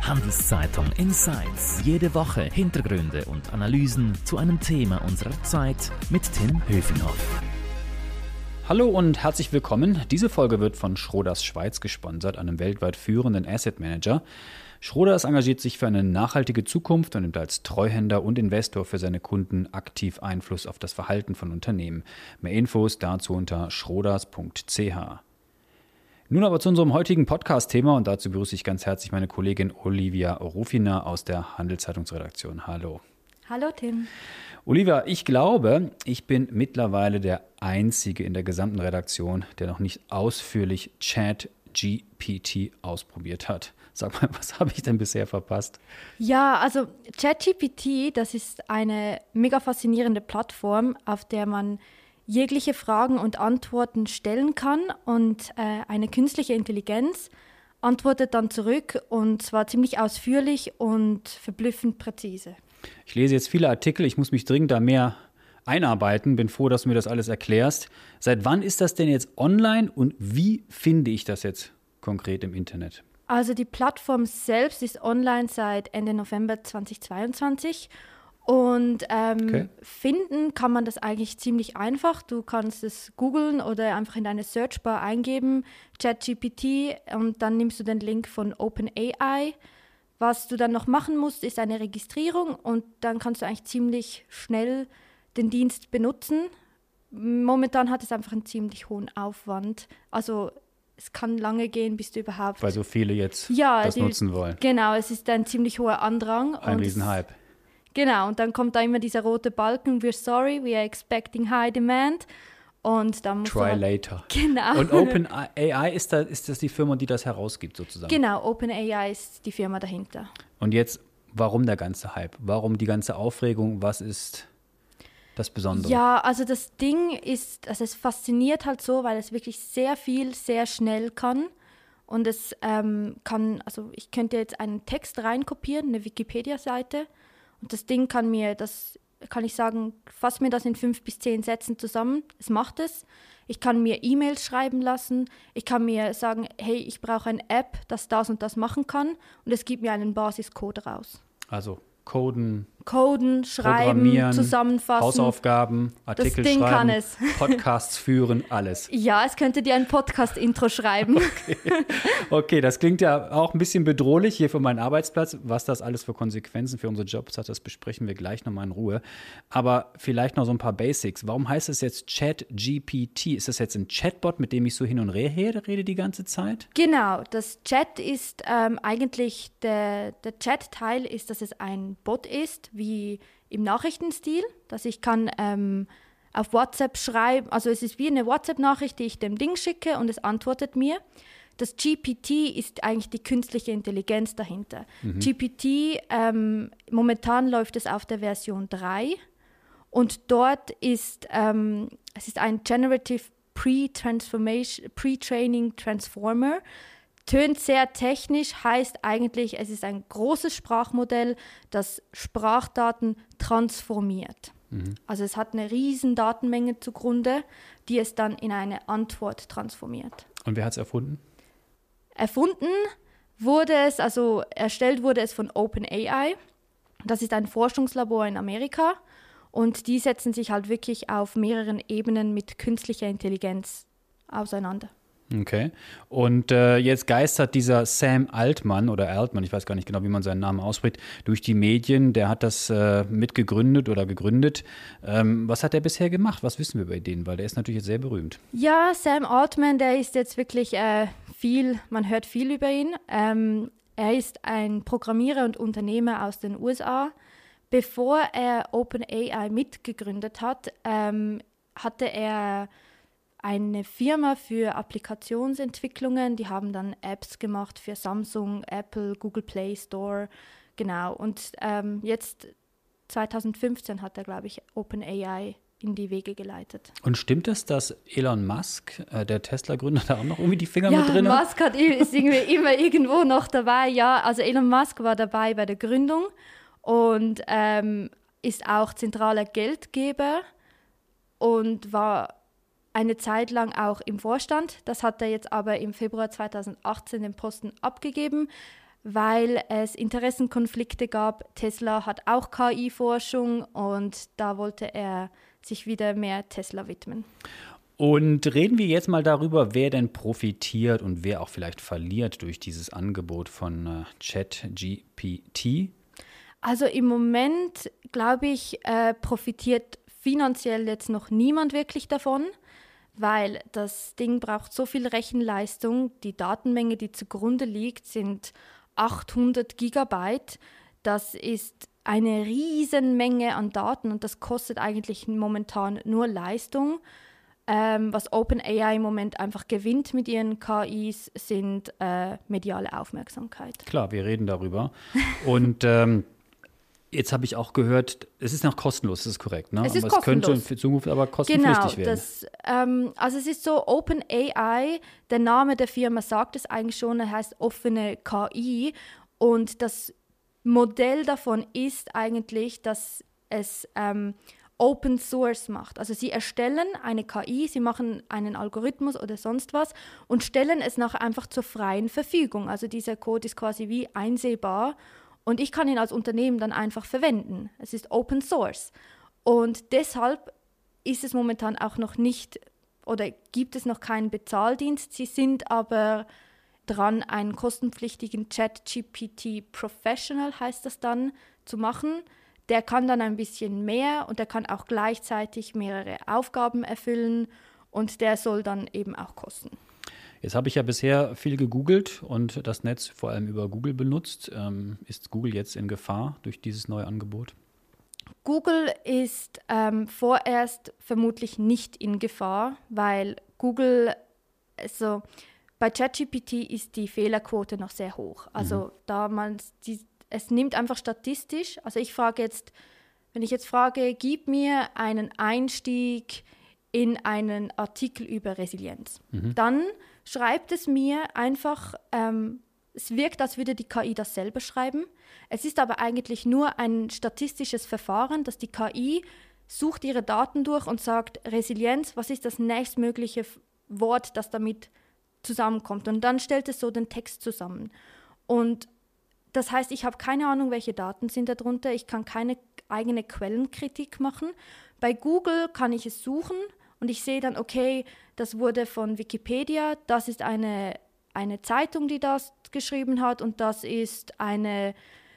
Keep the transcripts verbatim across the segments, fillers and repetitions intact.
Handelszeitung Insights. Jede Woche Hintergründe und Analysen zu einem Thema unserer Zeit mit Tim Höfenhoff. Hallo und herzlich willkommen. Diese Folge wird von Schroders Schweiz gesponsert, einem weltweit führenden Asset Manager. Schroders engagiert sich für eine nachhaltige Zukunft und nimmt als Treuhänder und Investor für seine Kunden aktiv Einfluss auf das Verhalten von Unternehmen. Mehr Infos dazu unter schroders punkt c h. Nun aber zu unserem heutigen Podcast-Thema und dazu begrüße ich ganz herzlich meine Kollegin Olivia Rufiner aus der Handelszeitungsredaktion. Hallo. Hallo Tim. Olivia, ich glaube, ich bin mittlerweile der Einzige in der gesamten Redaktion, der noch nicht ausführlich ChatGPT ausprobiert hat. Sag mal, was habe ich denn bisher verpasst? Ja, also ChatGPT, das ist eine mega faszinierende Plattform, auf der man jegliche Fragen und Antworten stellen kann und äh, eine künstliche Intelligenz antwortet dann zurück und zwar ziemlich ausführlich und verblüffend präzise. Ich lese jetzt viele Artikel, ich muss mich dringend da mehr einarbeiten, bin froh, dass du mir das alles erklärst. Seit wann ist das denn jetzt online und wie finde ich das jetzt konkret im Internet? Also die Plattform selbst ist online seit Ende November zweitausendzweiundzwanzig. Und ähm, okay. Finden kann man das eigentlich ziemlich einfach. Du kannst es googeln oder einfach in deine Searchbar eingeben, ChatGPT, und dann nimmst du den Link von OpenAI. Was du dann noch machen musst, ist eine Registrierung und dann kannst du eigentlich ziemlich schnell den Dienst benutzen. Momentan hat es einfach einen ziemlich hohen Aufwand. Also es kann lange gehen, bis du überhaupt... Weil so viele jetzt ja, das die, nutzen wollen. Genau, es ist ein ziemlich hoher Andrang. Ein Riesenhype. Genau, und dann kommt da immer dieser rote Balken, we're sorry, we are expecting high demand. Und dann musst Try du halt, later. Genau. Und OpenAI, ist, da, ist das die Firma, die das herausgibt sozusagen? Genau, OpenAI ist die Firma dahinter. Und jetzt, warum der ganze Hype? Warum die ganze Aufregung? Was ist das Besondere? Ja, also das Ding ist, also es fasziniert halt so, weil es wirklich sehr viel, sehr schnell kann. Und es ähm, kann, also ich könnte jetzt einen Text reinkopieren, eine Wikipedia-Seite. Und das Ding kann mir, das kann ich sagen, fass mir das in fünf bis zehn Sätzen zusammen. Es macht es. Ich kann mir E-Mails schreiben lassen. Ich kann mir sagen, hey, ich brauche eine App, das das und das machen kann. Und es gibt mir einen Basiscode raus. Also Coden, Coden, schreiben, zusammenfassen. Hausaufgaben, Artikel das Ding schreiben, kann es. Podcasts führen, alles. Ja, es könnte dir ein Podcast-Intro schreiben. Okay. Okay, das klingt ja auch ein bisschen bedrohlich hier für meinen Arbeitsplatz. Was das alles für Konsequenzen für unsere Jobs hat, das besprechen wir gleich nochmal in Ruhe. Aber vielleicht noch so ein paar Basics. Warum heißt es jetzt ChatGPT? Ist das jetzt ein Chatbot, mit dem ich so hin und her rede die ganze Zeit? Genau, das Chat ist ähm, eigentlich, der, der Chat-Teil ist, dass es ein Bot ist, wie im Nachrichtenstil, dass ich kann ähm, auf WhatsApp schreiben, also es ist wie eine WhatsApp-Nachricht, die ich dem Ding schicke und es antwortet mir. Das G P T ist eigentlich die künstliche Intelligenz dahinter. Mhm. G P T, ähm, momentan läuft es auf der Version drei und dort ist, ähm, es ist ein Generative Pre-Transformation, Pre-Training Transformer. Tönt sehr technisch, heißt eigentlich, es ist ein großes Sprachmodell, das Sprachdaten transformiert. Mhm. Also es hat eine riesen Datenmenge zugrunde, die es dann in eine Antwort transformiert. Und wer hat es erfunden? Erfunden wurde es, also erstellt wurde es von OpenAI. Das ist ein Forschungslabor in Amerika und die setzen sich halt wirklich auf mehreren Ebenen mit künstlicher Intelligenz auseinander. Okay. Und äh, jetzt geistert dieser Sam Altman oder Altman, ich weiß gar nicht genau, wie man seinen Namen ausspricht, durch die Medien. Der hat das äh, mitgegründet oder gegründet. Ähm, was hat er bisher gemacht? Was wissen wir über den? Weil der ist natürlich jetzt sehr berühmt. Ja, Sam Altman, der ist jetzt wirklich äh, viel, man hört viel über ihn. Ähm, er ist ein Programmierer und Unternehmer aus den U S A. Bevor er OpenAI mitgegründet hat, ähm, hatte er eine Firma für Applikationsentwicklungen, die haben dann Apps gemacht für Samsung, Apple, Google Play Store, genau. Und ähm, jetzt zweitausendfünfzehn hat er, glaube ich, OpenAI in die Wege geleitet. Und stimmt es, dass Elon Musk, äh, der Tesla-Gründer, da auch noch irgendwie die Finger ja, mit drin hat? Musk hat, ist irgendwie immer irgendwo noch dabei. Ja, also Elon Musk war dabei bei der Gründung und ähm, ist auch zentraler Geldgeber und war eine Zeit lang auch im Vorstand. Das hat er jetzt aber im Februar zweitausendachtzehn den Posten abgegeben, weil es Interessenkonflikte gab. Tesla hat auch K I-Forschung und da wollte er sich wieder mehr Tesla widmen. Und reden wir jetzt mal darüber, wer denn profitiert und wer auch vielleicht verliert durch dieses Angebot von äh, ChatGPT. Also im Moment, glaube ich, äh, profitiert finanziell jetzt noch niemand wirklich davon, weil das Ding braucht so viel Rechenleistung. Die Datenmenge, die zugrunde liegt, sind achthundert Gigabyte. Das ist eine Riesenmenge an Daten und das kostet eigentlich momentan nur Leistung. Ähm, was OpenAI im Moment einfach gewinnt mit ihren K Is, sind äh, mediale Aufmerksamkeit. Klar, wir reden darüber. Und ähm, jetzt habe ich auch gehört, es ist noch kostenlos, das ist korrekt, ne? Es ist aber kostenlos. Es könnte für Zukunft aber kostenpflichtig genau, werden. Das, ähm, also es ist so, OpenAI, der Name der Firma sagt es eigentlich schon, er heißt offene K I und das Modell davon ist eigentlich, dass es ähm, Open Source macht. Also sie erstellen eine K I, sie machen einen Algorithmus oder sonst was und stellen es nachher einfach zur freien Verfügung. Also dieser Code ist quasi wie einsehbar und ich kann ihn als Unternehmen dann einfach verwenden. Es ist Open Source. Und deshalb ist es momentan auch noch nicht oder gibt es noch keinen Bezahldienst. Sie sind aber dran, einen kostenpflichtigen ChatGPT Professional, heißt das dann, zu machen. Der kann dann ein bisschen mehr und der kann auch gleichzeitig mehrere Aufgaben erfüllen und der soll dann eben auch kosten. Jetzt habe ich ja bisher viel gegoogelt und das Netz vor allem über Google benutzt. Ähm, ist Google jetzt in Gefahr durch dieses neue Angebot? Google ist ähm, vorerst vermutlich nicht in Gefahr, weil Google, also bei ChatGPT ist die Fehlerquote noch sehr hoch. Also mhm. da man die Es nimmt einfach statistisch, also ich frage jetzt, wenn ich jetzt frage, gib mir einen Einstieg in einen Artikel über Resilienz, mhm. dann schreibt es mir einfach, ähm, es wirkt, als würde die K I das selber schreiben. Es ist aber eigentlich nur ein statistisches Verfahren, dass die K I sucht ihre Daten durch und sagt, Resilienz, was ist das nächstmögliche Wort, das damit zusammenkommt? Und dann stellt es so den Text zusammen. Und das heißt, ich habe keine Ahnung, welche Daten sind darunter. Ich kann keine eigene Quellenkritik machen. Bei Google kann ich es suchen und ich sehe dann, okay, das wurde von Wikipedia, das ist eine, eine Zeitung, die das geschrieben hat und das ist eine,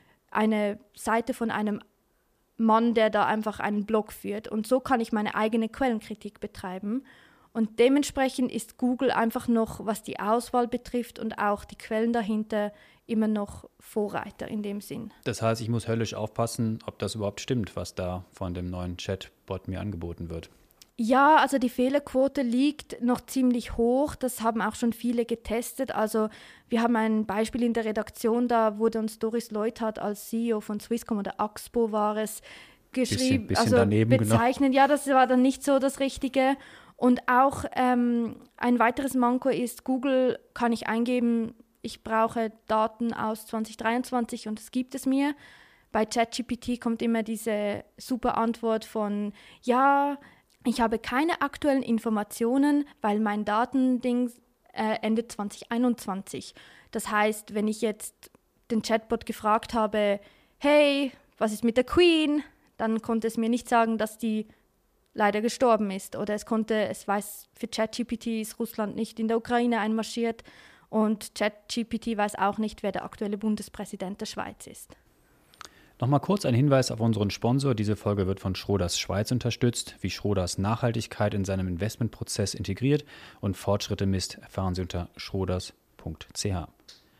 eine Seite von einem Mann, der da einfach einen Blog führt. Und so kann ich meine eigene Quellenkritik betreiben. Und dementsprechend ist Google einfach noch, was die Auswahl betrifft und auch die Quellen dahinter, immer noch Vorreiter in dem Sinn. Das heißt, ich muss höllisch aufpassen, ob das überhaupt stimmt, was da von dem neuen Chatbot mir angeboten wird. Ja, also die Fehlerquote liegt noch ziemlich hoch. Das haben auch schon viele getestet. Also wir haben ein Beispiel in der Redaktion, da wurde uns Doris Leuthard als C E O von Swisscom oder Axpo war es, geschrieben, bisschen, bisschen also daneben, bezeichnen. Genau. Ja, das war dann nicht so das Richtige. Und auch ähm, ein weiteres Manko ist, Google kann ich eingeben, ich brauche Daten aus zwanzig dreiundzwanzig und es gibt es mir. Bei ChatGPT kommt immer diese super Antwort von, ja, ich habe keine aktuellen Informationen, weil mein Datending äh, endet zwanzig einundzwanzig. Das heißt, wenn ich jetzt den Chatbot gefragt habe, hey, was ist mit der Queen? Dann konnte es mir nicht sagen, dass die leider gestorben ist. Oder es konnte, es weiß, für ChatGPT ist Russland nicht in der Ukraine einmarschiert und ChatGPT weiß auch nicht, wer der aktuelle Bundespräsident der Schweiz ist. Nochmal kurz ein Hinweis auf unseren Sponsor. Diese Folge wird von Schroders Schweiz unterstützt. Wie Schroders Nachhaltigkeit in seinem Investmentprozess integriert und Fortschritte misst, erfahren Sie unter schroders punkt c h.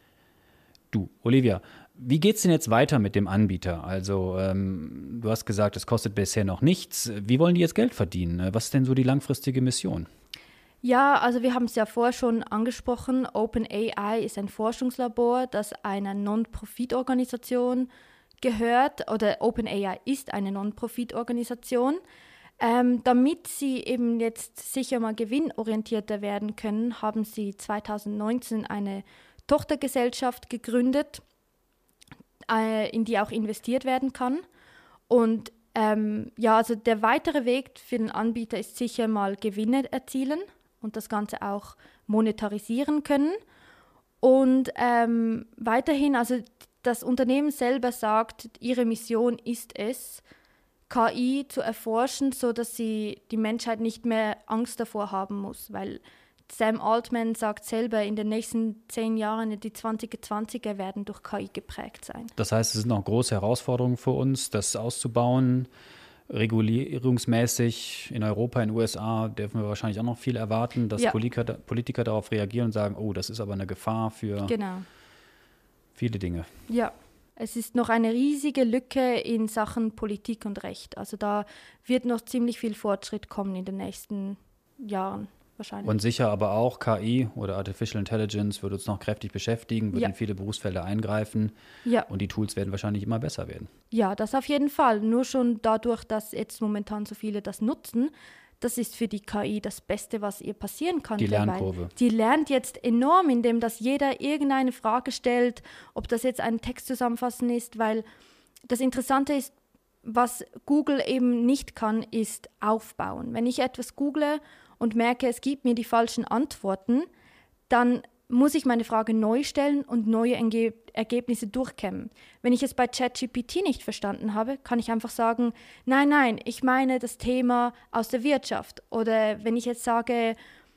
Du, Olivia, wie geht's denn jetzt weiter mit dem Anbieter? Also, ähm, du hast gesagt, es kostet bisher noch nichts. Wie wollen die jetzt Geld verdienen? Was ist denn so die langfristige Mission? Ja, also wir haben es ja vorher schon angesprochen. OpenAI ist ein Forschungslabor, das einer Non-Profit-Organisation gehört, oder OpenAI ist eine Non-Profit-Organisation. Ähm, damit sie eben jetzt sicher mal gewinnorientierter werden können, haben sie zwanzig neunzehn eine Tochtergesellschaft gegründet, äh, in die auch investiert werden kann. Und ähm, ja, also der weitere Weg für den Anbieter ist sicher mal Gewinne erzielen und das Ganze auch monetarisieren können. Und ähm, weiterhin, also das Unternehmen selber sagt, ihre Mission ist es, K I zu erforschen, sodass sie die Menschheit nicht mehr Angst davor haben muss, weil Sam Altman sagt selber, in den nächsten zehn Jahren, die zwanziger zwanziger werden durch K I geprägt sein. Das heißt, es sind noch große Herausforderungen für uns, das auszubauen. Regulierungsmäßig in Europa, in den U S A dürfen wir wahrscheinlich auch noch viel erwarten, dass Ja. Politiker, Politiker darauf reagieren und sagen, oh, das ist aber eine Gefahr für Genau. viele Dinge. Ja, es ist noch eine riesige Lücke in Sachen Politik und Recht. Also da wird noch ziemlich viel Fortschritt kommen in den nächsten Jahren wahrscheinlich. Und sicher aber auch K I oder Artificial Intelligence wird uns noch kräftig beschäftigen, wird Ja. in viele Berufsfelder eingreifen Ja. und die Tools werden wahrscheinlich immer besser werden. Ja, das auf jeden Fall. Nur schon dadurch, dass jetzt momentan so viele das nutzen, das ist für die K I das Beste, was ihr passieren kann. Die Lernkurve. Die lernt jetzt enorm, indem dass jeder irgendeine Frage stellt, ob das jetzt ein Text zusammenfassen ist, weil das Interessante ist, was Google eben nicht kann, ist aufbauen. Wenn ich etwas google und merke, es gibt mir die falschen Antworten, dann muss ich meine Frage neu stellen und neue Erge- Ergebnisse durchkämmen. Wenn ich es bei ChatGPT nicht verstanden habe, kann ich einfach sagen, nein, nein, ich meine das Thema aus der Wirtschaft. Oder wenn ich jetzt sage,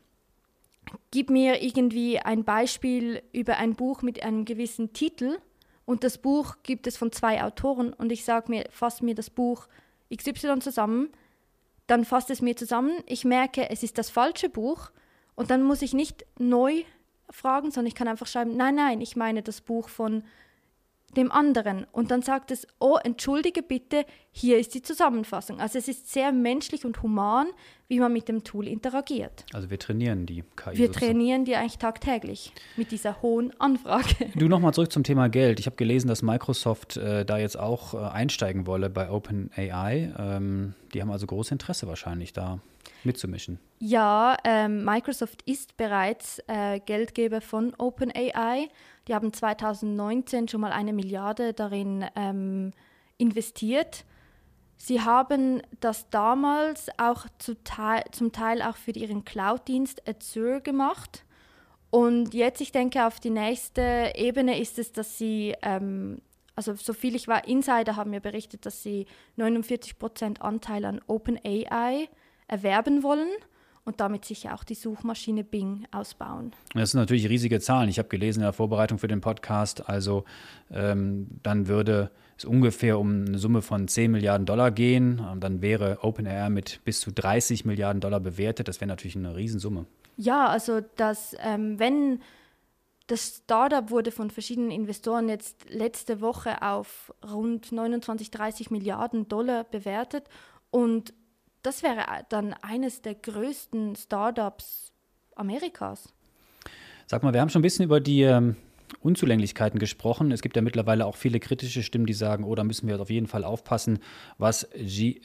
gib mir irgendwie ein Beispiel über ein Buch mit einem gewissen Titel und das Buch gibt es von zwei Autoren und ich sage mir, fass mir das Buch X Y zusammen, dann fasst es mir zusammen, ich merke, es ist das falsche Buch und dann muss ich nicht neu fragen, sondern ich kann einfach schreiben, nein, nein, ich meine das Buch von dem anderen. Und dann sagt es, oh, entschuldige bitte, hier ist die Zusammenfassung. Also es ist sehr menschlich und human, wie man mit dem Tool interagiert. Also wir trainieren die K I. Wir sozusagen. trainieren die eigentlich tagtäglich mit dieser hohen Anfrage. Du, nochmal zurück zum Thema Geld. Ich habe gelesen, dass Microsoft äh, da jetzt auch äh, einsteigen wolle bei OpenAI. Ähm, die haben also großes Interesse wahrscheinlich, da mitzumischen. Ja, ähm, Microsoft ist bereits äh, Geldgeber von OpenAI. Die haben zwanzig neunzehn schon mal eine Milliarde darin ähm, investiert. Sie haben das damals auch zu Teil, zum Teil auch für ihren Cloud-Dienst Azure gemacht. Und jetzt, ich denke, auf die nächste Ebene ist es, dass sie, ähm, also soviel ich war, Insider haben mir berichtet, dass sie neunundvierzig Prozent Anteil an OpenAI erwerben wollen und damit sicher auch die Suchmaschine Bing ausbauen. Das sind natürlich riesige Zahlen. Ich habe gelesen in der Vorbereitung für den Podcast, also ähm, dann würde es ungefähr um eine Summe von zehn Milliarden Dollar gehen. Und dann wäre OpenAI mit bis zu dreißig Milliarden Dollar bewertet. Das wäre natürlich eine Riesensumme. Ja, also dass, ähm, wenn das Startup wurde von verschiedenen Investoren jetzt letzte Woche auf rund neunundzwanzig, dreißig Milliarden Dollar bewertet und das wäre dann eines der größten Startups Amerikas. Sag mal, wir haben schon ein bisschen über die ähm, Unzulänglichkeiten gesprochen. Es gibt ja mittlerweile auch viele kritische Stimmen, die sagen, oh, da müssen wir auf jeden Fall aufpassen, was G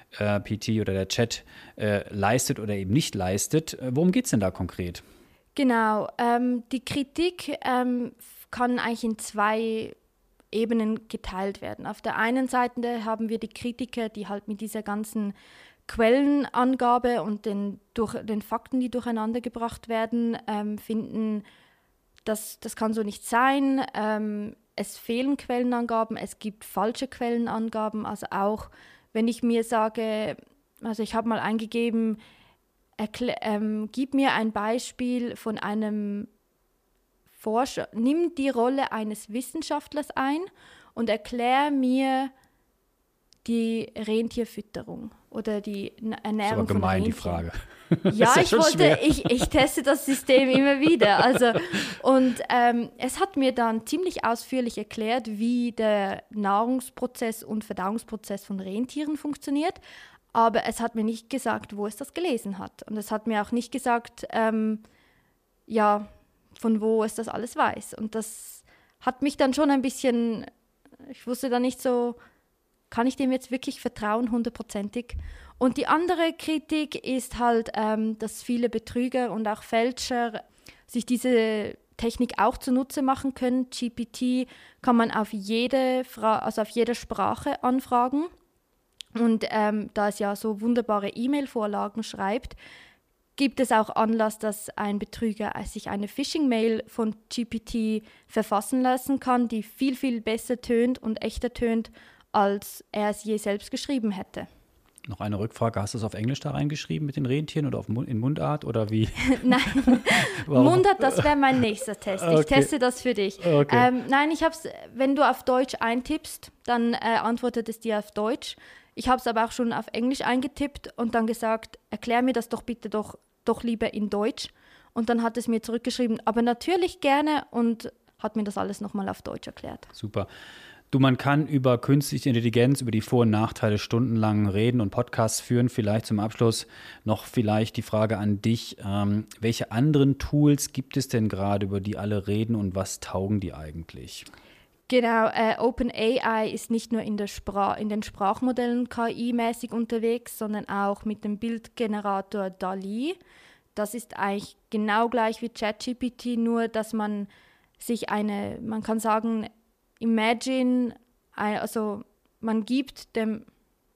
P T oder der Chat äh, leistet oder eben nicht leistet. Äh, worum geht es denn da konkret? Genau, ähm, die Kritik ähm, kann eigentlich in zwei Ebenen geteilt werden. Auf der einen Seite haben wir die Kritiker, die halt mit dieser ganzen Quellenangabe und den, durch, den Fakten, die durcheinander gebracht werden, ähm, finden, dass das kann so nicht sein. Ähm, es fehlen Quellenangaben, es gibt falsche Quellenangaben. Also auch, wenn ich mir sage, also ich habe mal eingegeben, erklä- ähm, gib mir ein Beispiel von einem Forscher, nimm die Rolle eines Wissenschaftlers ein und erklär mir die Rentierfütterung oder die Ernährung Das ist aber gemein, von die Rentieren. Frage. Ja, Ist ja ich schon wollte, schwer. ich, ich teste das System immer wieder. Also, und ähm, es hat mir dann ziemlich ausführlich erklärt, wie der Nahrungsprozess und Verdauungsprozess von Rentieren funktioniert. Aber es hat mir nicht gesagt, wo es das gelesen hat. Und es hat mir auch nicht gesagt, ähm, ja, von wo es das alles weiß. Und das hat mich dann schon ein bisschen, ich wusste dann nicht so, kann ich dem jetzt wirklich vertrauen, hundertprozentig? Und die andere Kritik ist halt, ähm, dass viele Betrüger und auch Fälscher sich diese Technik auch zunutze machen können. G P T kann man auf jede, Fra- also auf jede Sprache anfragen. Und ähm, da es ja so wunderbare E-Mail-Vorlagen schreibt, gibt es auch Anlass, dass ein Betrüger sich eine Phishing-Mail von G P T verfassen lassen kann, die viel, viel besser tönt und echter tönt, als er es je selbst geschrieben hätte. Noch eine Rückfrage, hast du es auf Englisch da reingeschrieben mit den Rentieren oder auf Mund, in Mundart oder wie? Nein, Mundart, das wäre mein nächster Test. Ich Okay. teste das für dich. Okay. Ähm, nein, ich habe es, wenn du auf Deutsch eintippst, dann äh, antwortet es dir auf Deutsch. Ich habe es aber auch schon auf Englisch eingetippt und dann gesagt, erklär mir das doch bitte doch, doch lieber in Deutsch. Und dann hat es mir zurückgeschrieben, aber natürlich gerne, und hat mir das alles nochmal auf Deutsch erklärt. Super. Du, man kann über künstliche Intelligenz, über die Vor- und Nachteile stundenlang reden und Podcasts führen. Vielleicht zum Abschluss noch vielleicht die Frage an dich. Ähm, welche anderen Tools gibt es denn gerade, über die alle reden und was taugen die eigentlich? Genau, äh, OpenAI ist nicht nur in, der Spra- in den Sprachmodellen K I-mäßig unterwegs, sondern auch mit dem Bildgenerator DALL-E. Das ist eigentlich genau gleich wie ChatGPT, nur dass man sich eine, man kann sagen, Imagine, also man gibt dem,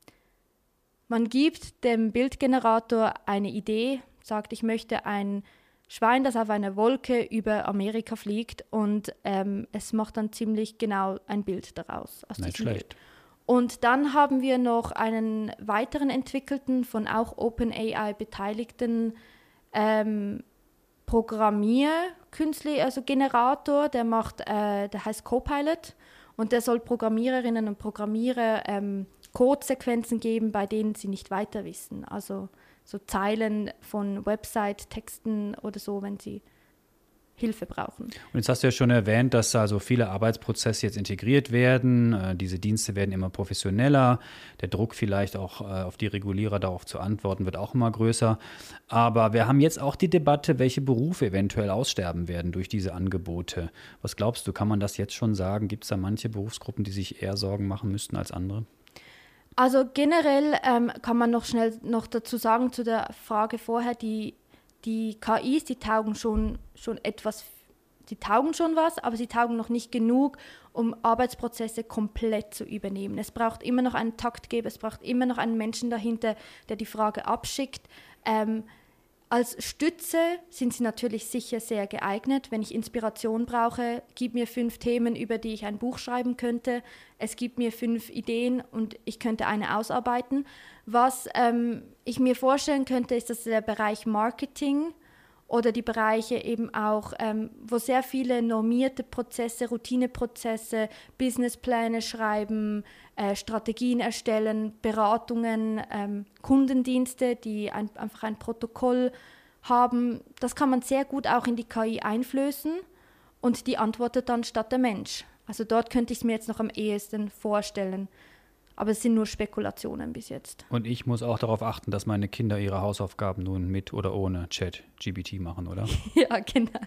man gibt dem Bildgenerator eine Idee, sagt, ich möchte ein Schwein, das auf einer Wolke über Amerika fliegt, und ähm, es macht dann ziemlich genau ein Bild daraus. Aus Nicht diesem schlecht. Bild. Und dann haben wir noch einen weiteren entwickelten, von auch OpenAI beteiligten ähm, Programmier, künstlich, also Generator, der macht, äh, der heißt Copilot, und der soll Programmiererinnen und Programmierer ähm, Codesequenzen geben, bei denen sie nicht weiter wissen. Also so Zeilen von Website-Texten oder so, wenn sie Hilfe brauchen. Und jetzt hast du ja schon erwähnt, dass also viele Arbeitsprozesse jetzt integriert werden. Äh, diese Dienste werden immer professioneller. Der Druck vielleicht auch äh, auf die Regulierer darauf zu antworten wird auch immer größer. Aber wir haben jetzt auch die Debatte, welche Berufe eventuell aussterben werden durch diese Angebote. Was glaubst du, kann man das jetzt schon sagen? Gibt es da manche Berufsgruppen, die sich eher Sorgen machen müssten als andere? Also generell ähm, kann man noch schnell noch dazu sagen, zu der Frage vorher, die Die K Is, die taugen schon, schon etwas, die taugen schon was, aber sie taugen noch nicht genug, um Arbeitsprozesse komplett zu übernehmen. Es braucht immer noch einen Taktgeber, es braucht immer noch einen Menschen dahinter, der die Frage abschickt. Ähm, als Stütze sind sie natürlich sicher sehr geeignet. Wenn ich Inspiration brauche, gib mir fünf Themen, über die ich ein Buch schreiben könnte. Es gibt mir fünf Ideen und ich könnte eine ausarbeiten. Was ähm, ich mir vorstellen könnte, ist, dass der Bereich Marketing oder die Bereiche eben auch, ähm, wo sehr viele normierte Prozesse, Routineprozesse, Businesspläne schreiben, äh, Strategien erstellen, Beratungen, ähm, Kundendienste, die ein, einfach ein Protokoll haben. Das kann man sehr gut auch in die K I einflößen und die antwortet dann statt der Mensch. Also dort könnte ich es mir jetzt noch am ehesten vorstellen. Aber es sind nur Spekulationen bis jetzt. Und ich muss auch darauf achten, dass meine Kinder ihre Hausaufgaben nun mit oder ohne ChatGPT machen, oder? Ja, genau.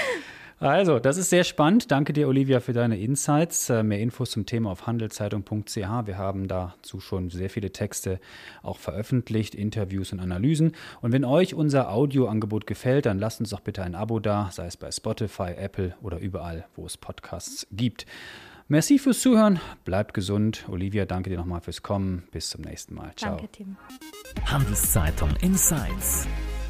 Also, das ist sehr spannend. Danke dir, Olivia, für deine Insights. Mehr Infos zum Thema auf handelszeitung punkt c h. Wir haben dazu schon sehr viele Texte auch veröffentlicht, Interviews und Analysen. Und wenn euch unser Audioangebot gefällt, dann lasst uns doch bitte ein Abo da, sei es bei Spotify, Apple oder überall, wo es Podcasts gibt. Merci fürs Zuhören, bleibt gesund. Olivia, danke dir nochmal fürs Kommen. Bis zum nächsten Mal. Ciao. Danke, Tim. Handelszeitung Insights.